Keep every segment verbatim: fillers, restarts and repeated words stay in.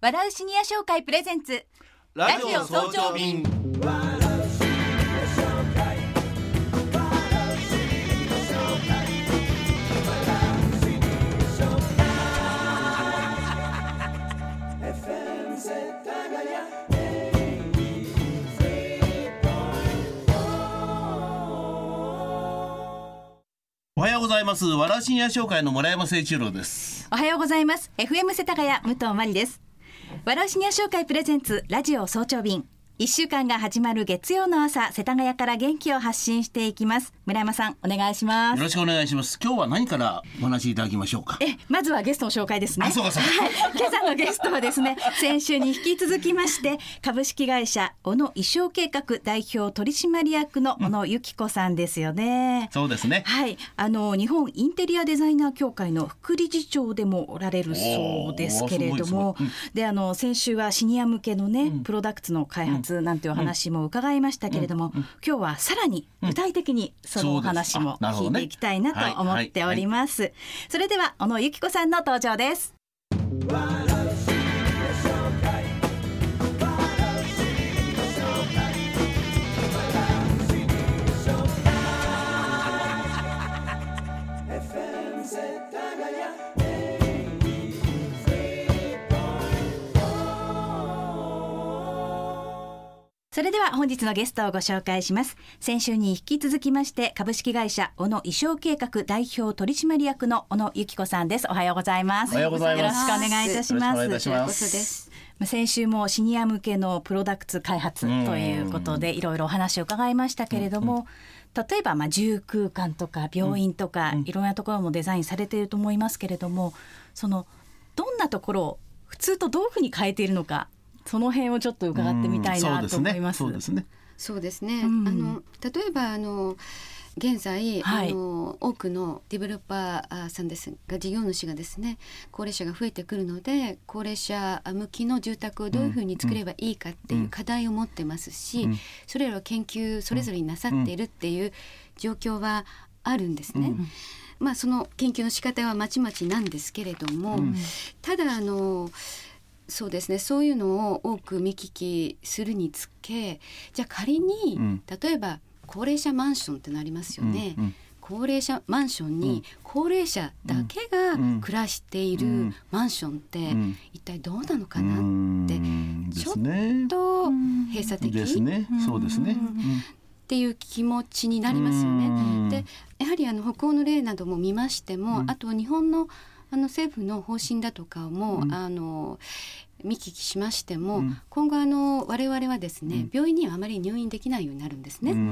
笑うシニア商会プレゼンツラジオ早朝便。おはようございます。笑うシニア商会の村山誠一郎です。 おはようございます。 エフエム 世田谷武藤真理です。笑うシニア商会プレゼンツラジオ早朝便。いっしゅうかんが始まる月曜の朝、世田谷から元気を発信していきます。村山さん、お願いします。 よろしくお願いします。今日は何からお話しいただきましょうか。 えまずはゲストの紹介ですね。 あ、そうかそうか、 はい、今朝のゲストはですね、先週に引き続きまして株式会社小野衣装計画代表取締役の小野由紀子さんですよね、 うん、そうですね。 はい、あの日本インテリアデザイナー協会の副理事長でもおられるそうですけれども、うん、であの先週はシニア向けのね、うん、プロダクツの開発なんていうお話も伺いましたけれども、うんうん、今日はさらに具体的にそのお話も聞いていきたいなと思っております。それでは小野由紀子さんの登場です。それでは本日のゲストをご紹介します。先週に引き続きまして株式会社小野衣装計画代表取締役の小野由紀子さんです。おはようございます。 おはようございます。 よろしくお願いいたします。 よろしくお願いいたします。 先週もシニア向けのプロダクツ開発ということでいろいろお話を伺いましたけれども、例えばまあ住空間とか病院とかいろんなところもデザインされていると思いますけれども、そのどんなところを普通とどういうふうに変えているのか、その辺をちょっと伺ってみたいなと思います。 そうですね。そうですね。あの例えばあの現在、はい、あの多くのディベロッパーさんですが、事業主がですね、高齢者が増えてくるので、高齢者向きの住宅をどういうふうに作ればいいかっていう課題を持ってますし、うん、それらを研究それぞれになさっているっていう状況はあるんですね。うん、まあその研究の仕方はまちまちなんですけれども、うん、ただあのそうですね、そういうのを多く見聞きするにつけ、じゃあ仮に、うん、例えば高齢者マンションってなりますよね、うんうん、高齢者マンションに高齢者だけが暮らしているマンションって一体どうなのかなって、ちょっと閉鎖的ですね。そうですね、 っていう気持ちになりますよね。でやはりあの北欧の例なども見ましても、あと日本のあの政府の方針だとかも、うん、あの見聞きしましても、うん、今後あの我々はですね、うん、病院にはあまり入院できないようになるんですね、うん、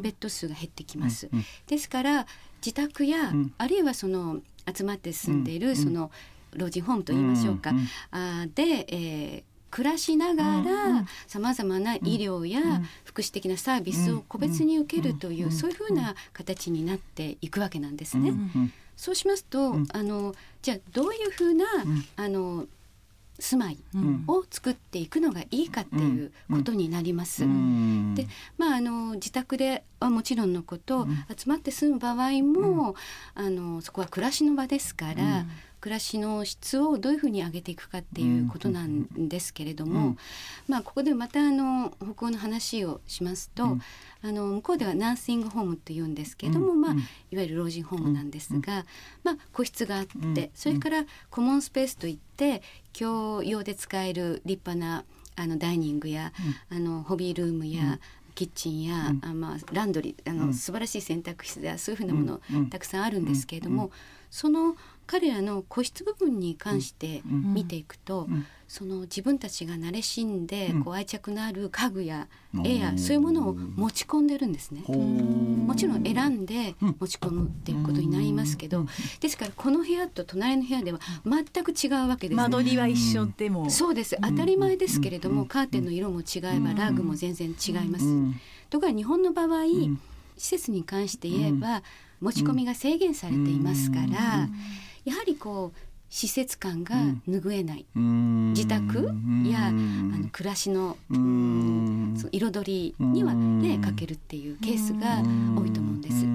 ベッド数が減ってきます、うん、ですから自宅や、うん、あるいはその集まって住んでいる、うん、その老人ホームといいましょうか、うん、あで、えー暮らしながらさまざまな医療や福祉的なサービスを個別に受けるという、そういうふうな形になっていくわけなんですね。そうしますと、あのじゃあどういうふうなあの住まいを作っていくのがいいかっていうことになります。で、まあ、あの自宅ではもちろんのこと、集まって住む場合も、あのそこは暮らしの場ですから、暮らしの質をどういうふうに上げていくかっていうことなんですけれども、うんまあ、ここでまたあの北欧の話をしますと、うん、あの向こうではナーシングホームっていうんですけれども、うんまあ、いわゆる老人ホームなんですが、うんまあ、個室があって、うん、それからコモンスペースといって共用で使える立派なあのダイニングや、うん、あのホビールームや、うんキッチンや、うんあまあ、ランドリーあの、うん、素晴らしい洗濯室やそういうふうなもの、うん、たくさんあるんですけれども、うん、その彼らの個室部分に関して見ていくと、うん、その自分たちが慣れしんで、うん、こう愛着のある家具や絵やそういうものを持ち込んでるんですね。もちろん選んで持ち込むっていうことになりますけど、ですからこの部屋と隣の部屋では全く違うわけです、ね、 間取りは一緒でもそうです、当たり前ですけれども、カーテンの色も違えばラグも全然違います。ところが日本の場合、施設に関して言えば持ち込みが制限されていますから、やはりこう施設感が拭えない、うん、自宅やあの暮らしの、うん、その彩りにはね欠けるっていうケースが多いと思うんです。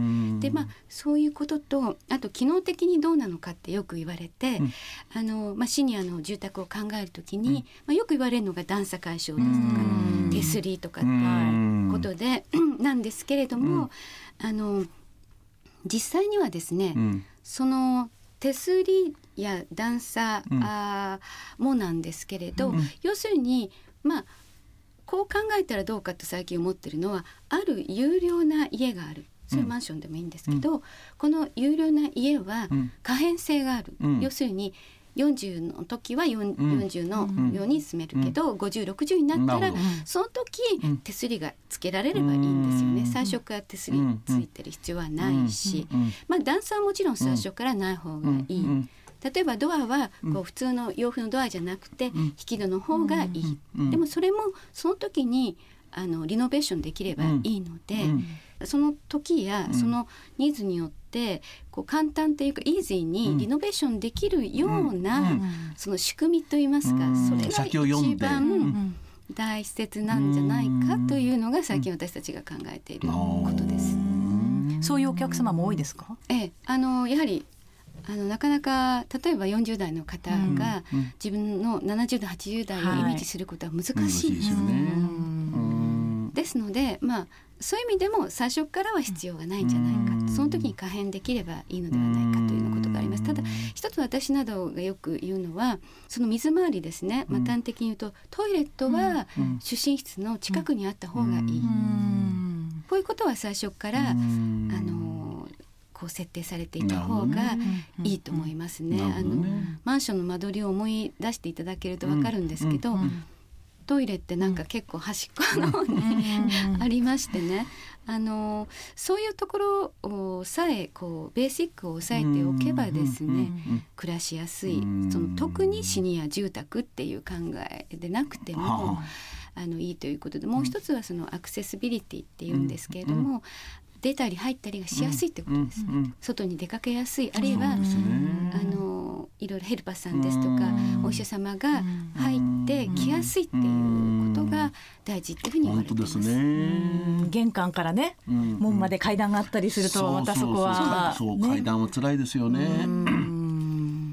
で、まあ、そういうこととあと機能的にどうなのかってよく言われて、うんあのまあ、シニアの住宅を考えるときに、うんまあ、よく言われるのが段差解消ですとか手すりとかっていうことでなんですけれども、うん、あの実際にはですね、うん、その手すりや段差、うん、あもなんですけれど、うん、要するにまあこう考えたらどうかと最近思ってるのはある有料な家がある、そういうマンションでもいいんですけど、うん、この有料な家は可変性がある、うん、要するによんじゅうの時はよんじゅうのように住めるけど、うん、ごじゅう、ろくじゅうになったらその時手すりがつけられればいいんですよね。最初から手すりついてる必要はないし、まあ、段差はもちろん最初からない方がいい。例えばドアはこう普通の洋風のドアじゃなくて引き戸の方がいい、でもそれもその時にあのリノベーションできればいいので、その時やそのニーズによってこう簡単というかイージーにリノベーションできるようなその仕組みといいますか、それが一番大切なんじゃないかというのが最近私たちが考えていることです。 そういうお客様も多いですか？ ええ、あのやはりあのなかなか例えばよんじゅう代の方が自分のななじゅう代はちじゅう代をイメージすることは難しいですよね。ですので、まあ、そういう意味でも最初からは必要がないんじゃないか、その時に可変できればいいのではないかというようなことがあります。ただ一つ私などがよく言うのはその水回りですね、まあ、端的に言うとトイレットは主寝室の近くにあった方がいい、こういうことは最初からあのこう設定されていた方がいいと思いますね。あのマンションの間取りを思い出していただけると分かるんですけど、トイレってなんか結構端っこの方にありましてね、あのそういうところをさえこうベーシックを抑えておけばですね、暮らしやすい、その特にシニア住宅っていう考えでなくてもあのいいということで、もう一つはそのアクセシビリティっていうんですけれども、出たり入ったりがしやすいということです、うんうん、外に出かけやすい、あるいは、ね、あのいろいろヘルパーさんですとかお医者様が入ってきやすいっていうことが大事っていうふうに言われています。 本当ですね。玄関からね、うん、門まで階段があったりするとまたそこはそうそうそう、ね、階段は辛いですよね。うん、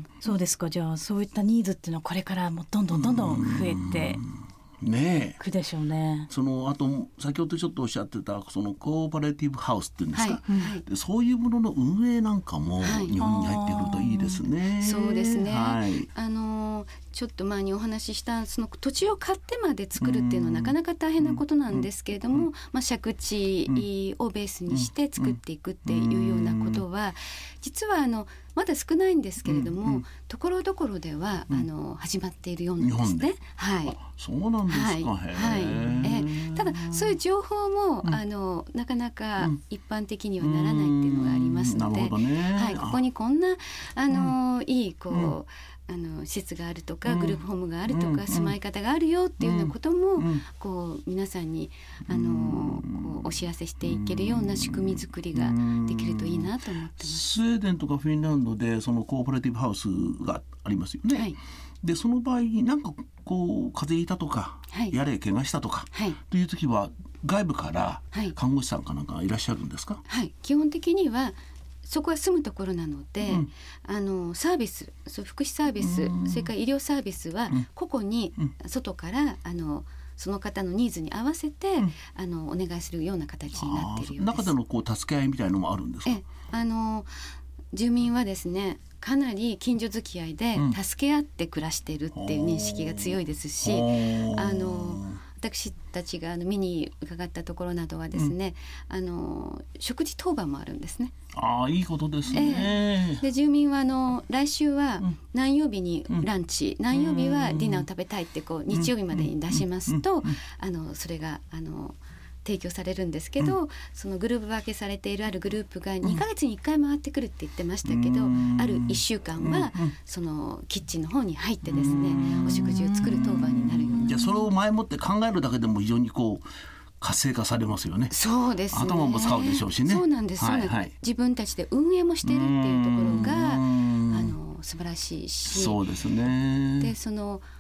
そうですか。じゃあそういったニーズっていうのはこれからもどんどんどんどん増えてねえ、くでしょうね。 そのあと先ほどちょっとおっしゃってたそのコーポレーティブハウスっていうんですか、はいはい、でそういうものの運営なんかも日本に入ってくるといいですね。 はい、そうですね、はい、あのちょっと前にお話ししたその土地を買ってまで作るっていうのはなかなか大変なことなんですけれども、まあ、借地をベースにして作っていくっていうようなことは実はあのまだ少ないんですけれども、うんうん、ところどころでは、うん、あの始まっているようなんですね。はい、 そうなんですか。はいはい、えただそういう情報も、うん、あのなかなか一般的にはならないっていうのがありますので、ね、はい、ここにこんなあの、うん、いいこう、うんあの施設があるとか、うん、グループホームがあるとか、うん、住まい方があるよっていうようなことも、うん、こう皆さんにあのこうお知らせしていけるような仕組み作りができるといいなと思ってます。 スウェーデンとかフィンランドでそのコーポレーティブハウスがありますよね。はい、でその場合になんかこう風邪ひいたとか、はい、やれ怪我したとか、はい、という時は外部から看護師さんかなんかいらっしゃるんですか？ はい、基本的にはそこは住むところなので、うん、あのサービス、そう福祉サービス、それから医療サービスは個々に外からあのその方のニーズに合わせて、うん、あのお願いするような形になっているようです。 中でのこう助け合いみたいなのもあるんですか？ えあの住民はですねかなり近所付き合いで助け合って暮らしているっていう認識が強いですし、うん、あの私たちがあの見に伺ったところなどはですね、うん、あの食事当番もあるんですね。 ああ、いいことですね。 えー、で住民はあの来週は何曜日にランチ、うん、何曜日はディナーを食べたいってこう日曜日までに出しますと、あのそれがあの提供されるんですけど、うん、そのグループ分けされているあるグループがにかげつにいっかい回ってくるって言ってましたけど、うん、あるいっしゅうかんはそのキッチンの方に入ってですね、うん、お食事を作る当番になるような。 じゃあそれを前もって考えるだけでも非常にこう活性化されますよね。 そうですね。 頭も使うでしょうしね。 そうなんです、はいはい、自分たちで運営もしているっていうところがあの素晴らしいし、 そうですね。 でその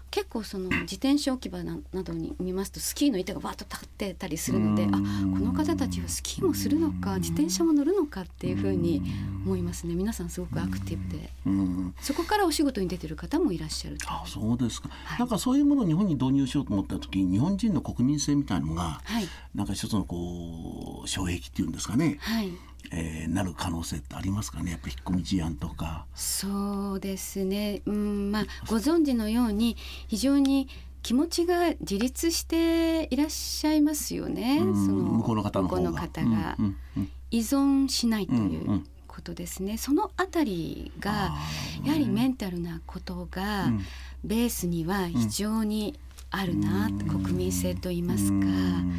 結構その自転車置き場 な, などに見ますとスキーの板がバーッと立ってたりするので、あ、この方たちはスキーもするのか自転車も乗るのかっていうふうに思いますね。皆さんすごくアクティブで、そこからお仕事に出てる方もいらっしゃる。 あ、そうですか、はい、なんかそういうものを日本に導入しようと思った時に日本人の国民性みたいなのが、はい、なんか一つのこう障壁っていうんですかね、はい、えー、なる可能性ってありますかね。やっぱり引っ込み思案とか。 そうですね、うん、まあ、ご存知のように非常に気持ちが自立していらっしゃいますよね。その向こうの方の方が、 向こうの方が依存しないということですね、うんうん、そのあたりがやはりメンタルなことがベースには非常にあるな、うん、国民性といいますか、うん、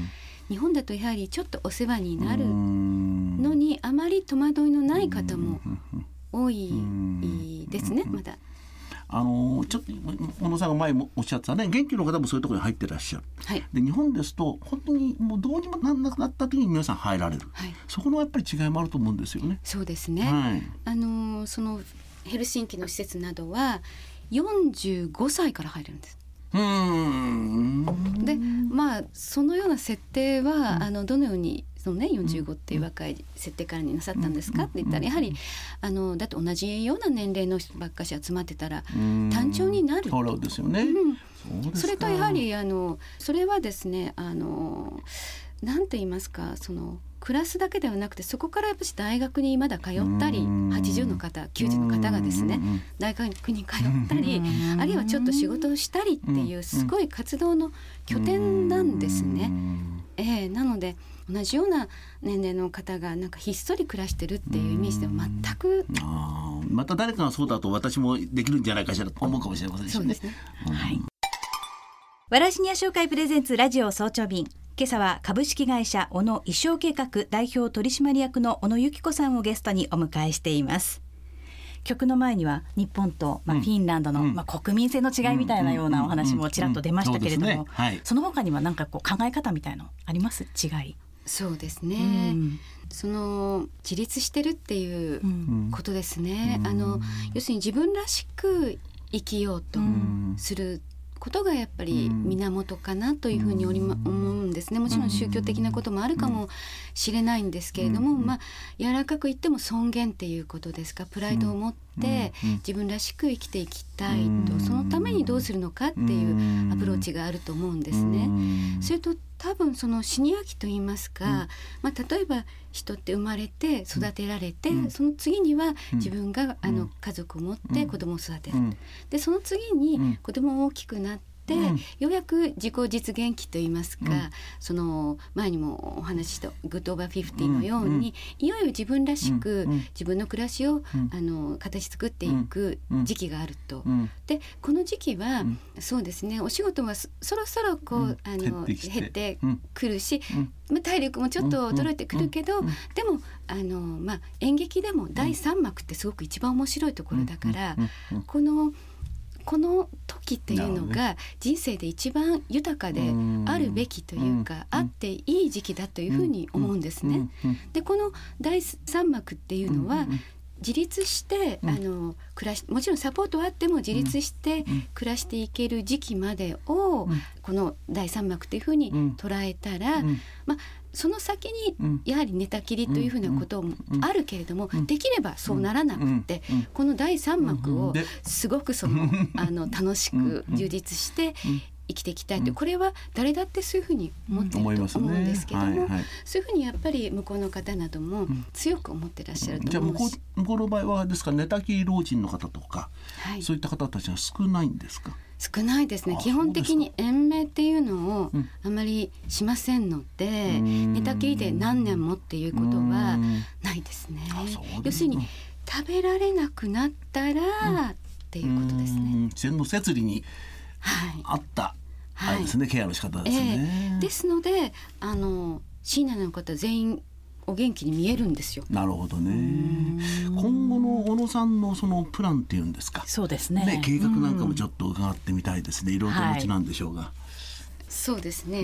日本だとやはりちょっとお世話になるのにあまり戸惑いのない方も多いですね。まだあのちょっと小野さんが前もおっしゃってたね、元気の方もそういうところに入ってらっしゃる、はい、で日本ですと本当にもうどうにもなんなくなった時に皆さん入られる、はい、そこのやっぱり違いもあると思うんですよね。 そうですね、はい、あのそのヘルシンキの施設などはよんじゅうごさいから入れるんです。うーんで、まあそのような設定は、うん、あのどのようにその、ね、よんじゅうごっていう若い設定からになさったんですかって言ったら、やはりあのだって同じような年齢の人ばっかし集まってたら単調になる。 そうですよね、 うん、それとやはりあのそれはですね、あのなんて言いますか、そのクラスだけではなくてそこからやっぱり大学にまだ通ったりはちじゅうの方きゅうじゅうの方がですね大学に通ったりあるいはちょっと仕事をしたりっていうすごい活動の拠点なんですね。えー、なので同じような年齢の方がなんかひっそり暮らしてるっていうイメージでは全く、 あ、また誰かがそうだと私もできるんじゃないかしらと思うかもしれませんしね。 そうですね、うん、はい。 わらしにや商会プレゼンツラジオ早朝便、今朝は株式会社小野衣装計画代表取締役の小野由紀子さんをゲストにお迎えしています。曲の前には日本と、まあ、フィンランドの、うんまあ、国民性の違いみたいなようなお話もちらっと出ましたけれども、その他には何かこう考え方みたいのあります？違い。 そうですね、うん、その自立してるっていうことですね、うん、あの要するに自分らしく生きようとすることがやっぱり源かなというふうに思うんですね。もちろん宗教的なこともあるかもしれないんですけれども、まあ、柔らかく言っても尊厳っていうことですか。プライドを持って自分らしく生きていきたいと、そのためにどうするのかっていうアプローチがあると思うんですね。それと多分そのシニア期といいますか、まあ、例えば人って生まれて育てられて、その次には自分があの家族を持って子供を育てる、でその次に子供が大きくなってで、うん、ようやく自己実現期といいますか、うん、その前にもお話ししたグッドオーバーフィフティのように、うん、いよいよ自分らしく、うん、自分の暮らしを、うん、あの形作っていく時期があると、うん、でこの時期は、うん、そうですね、お仕事はそろそろこう、うん、あの減ってくるし、うん、体力もちょっと衰えてくるけど、うん、でもあの、まあ、演劇でもだいさん幕ってすごく一番面白いところだから、このこの時っていうのが人生で一番豊かであるべきというか、あっていい時期だというふうに思うんですね。でこのだいさん幕っていうのは自立して、あの暮らし、もちろんサポートはあっても自立して暮らしていける時期までをこのだいさん幕というふうに捉えたら、まあその先にやはり寝たきりというふうなこともあるけれども、できればそうならなくて、このだいさん幕をすごくそのあの楽しく充実して生きていきたいと、これは誰だってそういうふうに思っていると思うんですけども、そういうふうにやっぱり向こうの方なども強く思ってらっしゃると思うし、 じゃあ向こう、向こうの場合はですか、寝たきり老人の方とか、はい、そういった方たちは少ないんですか？ 少ないですね。基本的に延命っていうのをあまりしませんので、うん、寝たきりで何年もっていうことはないですね。要するに食べられなくなったら、うん、っていうことですね。 自然の摂理にあった、はい、あれですね、ケアの仕方ですね、 えー、ですのであのシニアの方全員お元気に見えるんですよ。 なるほどね。今後の小野さんのそのプランっていうんですか、 そうですね、 ね、計画なんかもちょっと伺ってみたいですね。いろいろとお持ちなんでしょうが、はい、 そうですね、 うん、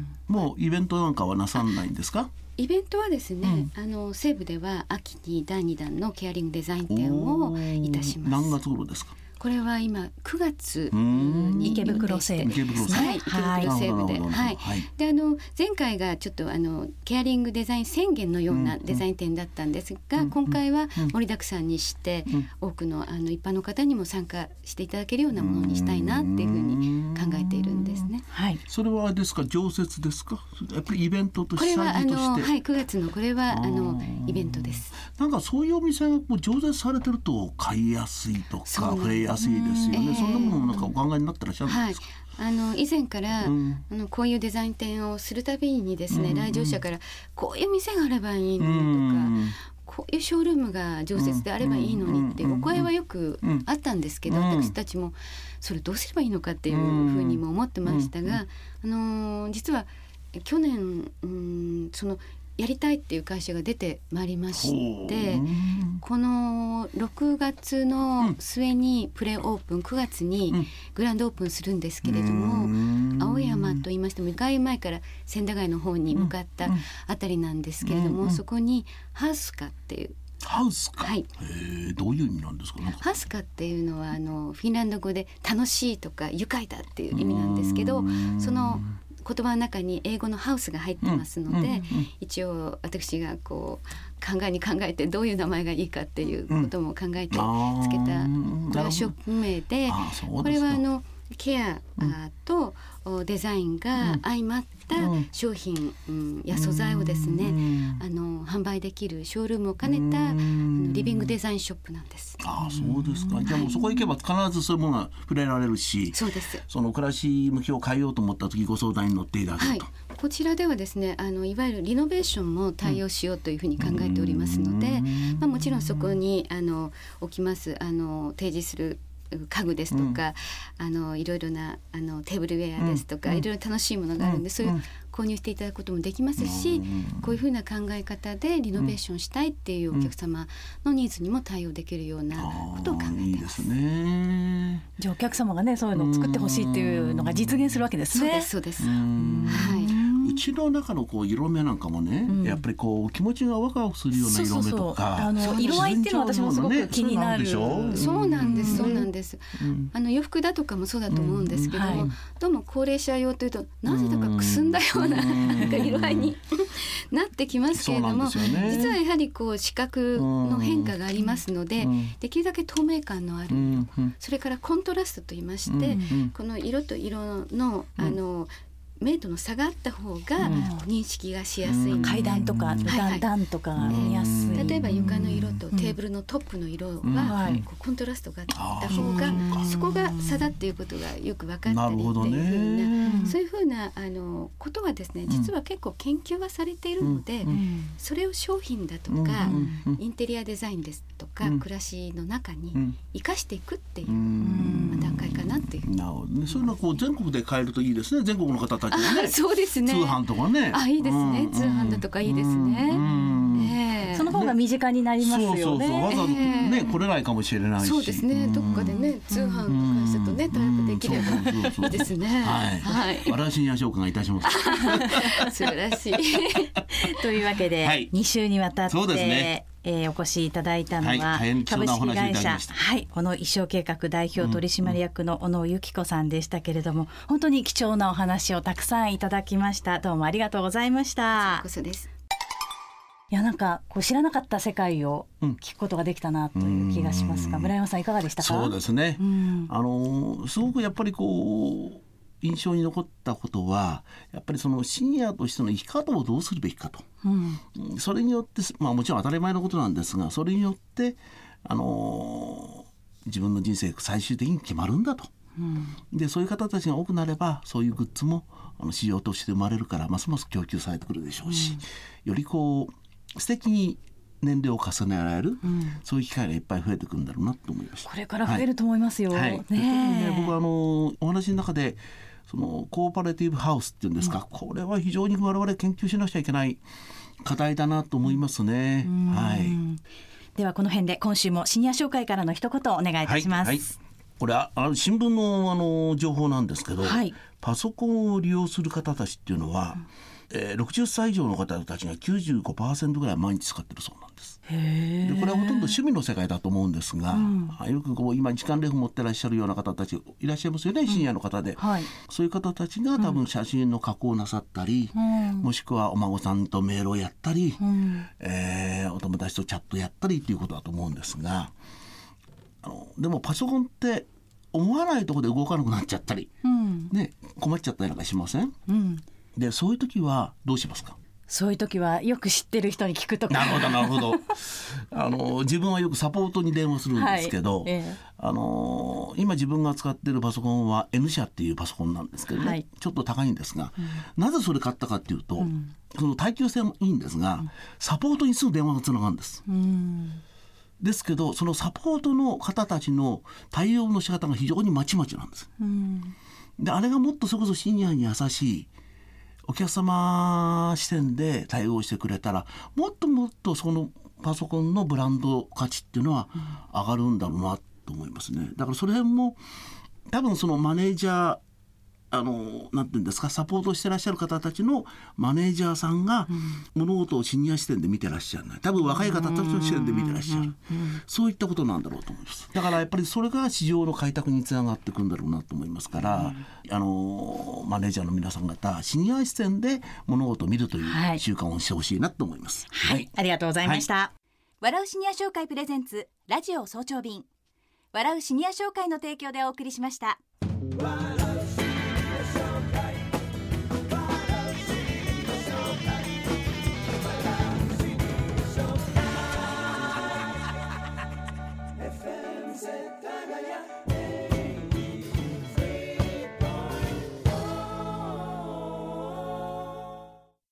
もうイベントなんかはなさんないんですか？ イベントはですね、うん、あの西部では秋にだいにだんのケアリングデザイン展をいたします。 何月頃ですか？ これは今くがつに池袋西部ですね。 はい、池袋西部で、はい、であの前回がちょっとあのケアリングデザイン宣言のようなデザイン展だったんですが、うんうん、今回は盛りだくさんにして、うん、多くのあの一般の方にも参加していただけるようなものにしたいなっていうふうに考えているんですね。 はい、それはですか、常設ですか、やっぱりイベントとして。 これはあの、はい、くがつのこれはあのイベントです。 なんかそういうお店がこう常設されてると買いやすいとか増えやすいですよね。そんなものもなんかお考えになってらっしゃるんですか。 はい、あの以前から、うん、あのこういうデザイン展をするたびにですね、うん、来場者からこういう店があればいいのにとか、うん、こういうショールームが常設であればいいのにっていうお声はよくあったんですけど、うん、私たちもそれどうすればいいのかっていうふうにも思ってましたが、うん、あの実は去年、うん、そのやりたいっていう会社が出てまいりまして、このろくがつの末にプレオープン、くがつにグランドオープンするんですけれども、青山といいましても外前から千駄ヶ谷の方に向かったあたりなんですけれども、そこにハウスカっていうハウスカ、 はい、 へー、どういう意味なんですか。なんかハウスカっていうのはあのフィンランド語で楽しいとか愉快だっていう意味なんですけど、その言葉の中に英語のハウスが入ってますので、うんうんうん、一応私がこう考えに考えてどういう名前がいいかっていうことも考えてつけた、うん、これはショップ名で、これはあのケアとデザインが相まった商品や素材をですね、あの販売できるショールームを兼ねたリビングデザインショップなんです。 ああ、そうですか。じゃあもうそこ行けば必ずそういうものが触れられるし、 そうです。 その暮らし向きを変えようと思った時ご相談に乗っていただけると、 はい、こちらではですね、あのいわゆるリノベーションも対応しようというふうに考えておりますので、まあ、もちろんそこにあの置きますあの提示する家具ですとか、うん、あのいろいろなあのテーブルウェアですとか、うん、いろいろ楽しいものがあるんで、うん、そういう購入していただくこともできますし、うん、こういうふうな考え方でリノベーションしたいっていうお客様のニーズにも対応できるようなことを考えています。いいですね。 じゃあお客様がね、そういうのを作ってほしいっていうのが実現するわけですね。 そうです、そうです。はい。 うちの中のこう色目なんかもね、うん、やっぱりこう気持ちがワクワクするような色目とか、 そうそうそう、あの色合いっていうのは私もすごく気になる。 そうなんです、そうなんです、うん、あの洋服だとかもそうだと思うんですけども、うんはい、どうも高齢者用というとなぜだかくすんだような、うん、なんか色合いになってきますけれども、ね、実はやはりこう視覚の変化がありますので、うん、できるだけ透明感のある色、うん、それからコントラストといいまして、うん、この色と色のあの明度の差があった方が認識がしやすい、うん、 階段とか段々とか見やすい、 例えば床の色とテーブルのトップの色は、うん、こうコントラストがあった方が、うん、そこが差だっていうことがよく分かったりっていうふうな、そういうふうなあのことはですね、実は結構研究はされているので、うん、それを商品だとか、うん、インテリアデザインですとか、うん、暮らしの中に生かしていくっていう、うん、段階かなっていう。 なるほどね。そういうのはこう全国で買えるといいですね。全国の方たちね、 そうですね、 通販とかね、 あ、いいですね、うん、通販だとかいいですね、うんえー、その方が身近になりますよね。そうそうそう、 わざわざね、えー、来れないかもしれないし、 そうですね、どっかでね、通販の会社とねタイアップできればいいですね。はい、 はい、我々深夜紹介がいたします素晴らしいというわけで、はい、に週にわたって、そうですね、えー、お越しいただいたのは、はい、株式会社、はい、小野一生計画代表取締役の小野由紀子さんでしたけれども、うん、本当に貴重なお話をたくさんいただきました。どうもありがとうございました。 こちらこそです。 いや、なんかこう知らなかった世界を聞くことができたなという気がしますが、うん、村山さんいかがでしたか。 そうですね、うん、あのすごくやっぱりこう印象に残ったことは、やっぱりそのシニアとしての生き方をどうするべきかと、うん、それによって、まあ、もちろん当たり前のことなんですが、それによって、あのー、自分の人生最終的に決まるんだと、うん、でそういう方たちが多くなれば、そういうグッズもあの市場として生まれるから、ますます供給されてくるでしょうし、うん、よりこう素敵に年齢を重ねられる、うん、そういう機会がいっぱい増えてくるんだろうなと思いました。 これから増えると思いますよ、 はいはい、 ねね、僕はあのお話の中でそのコーポレーティブハウスっていうんですか、うん、これは非常に我々研究しなくちゃいけない課題だなと思いますね、うん、はい、 ではこの辺で今週もシニア紹介からの一言お願いいたします。はいはい、 これはあの新聞の、あの情報なんですけど、はい、パソコンを利用する方たちっていうのは、 えー、ろくじゅっさい以上の方たちが きゅうじゅうごパーセント ぐらい毎日使ってるそうなんです。 へでこれはほとんど趣味の世界だと思うんですが、うん、よくこう今時間レフ持ってらっしゃるような方たちいらっしゃいますよね、シニアの方で、うんはい、そういう方たちが多分写真の加工をなさったり、うん、もしくはお孫さんとメールをやったり、うんえー、お友達とチャットやったりということだと思うんですが、あのでもパソコンって思わないところで動かなくなっちゃったり、うんね、困っちゃったりなんかしません？うんでそういう時はどうしますか？ そういう時はよく知ってる人に聞くとか。 なるほどなるほどあの自分はよくサポートに電話するんですけど、はいええ、あの今自分が使っているパソコンは N 社っていうパソコンなんですけどね、はい、ちょっと高いんですが、うん、なぜそれ買ったかっていうと、うん、その耐久性もいいんですが、うん、サポートにすぐ電話がつながるんです、うん、ですけどそのサポートの方たちの対応の仕方が非常にまちまちなんです、うん、であれがもっとそれこそシニアに優しいお客様視点で対応してくれたらもっともっとそのパソコンのブランド価値っていうのは上がるんだろうなと思いますね。だからそれ辺も多分そのマネージャーあのなんていうんですかサポートしてらっしゃる方たちのマネージャーさんが物事をシニア視点で見てらっしゃらない、多分若い方たちの視点で見てらっしゃる、そういったことなんだろうと思います。だからやっぱりそれが市場の開拓につながっていくんだろうなと思いますから、あのマネージャーの皆さん方シニア視点で物事を見るという習慣をしてほしいなと思います、 はいはい、ありがとうございました、はい、 笑うシニア商会プレゼンツラジオ早朝便、笑うシニア商会の提供でお送りしました。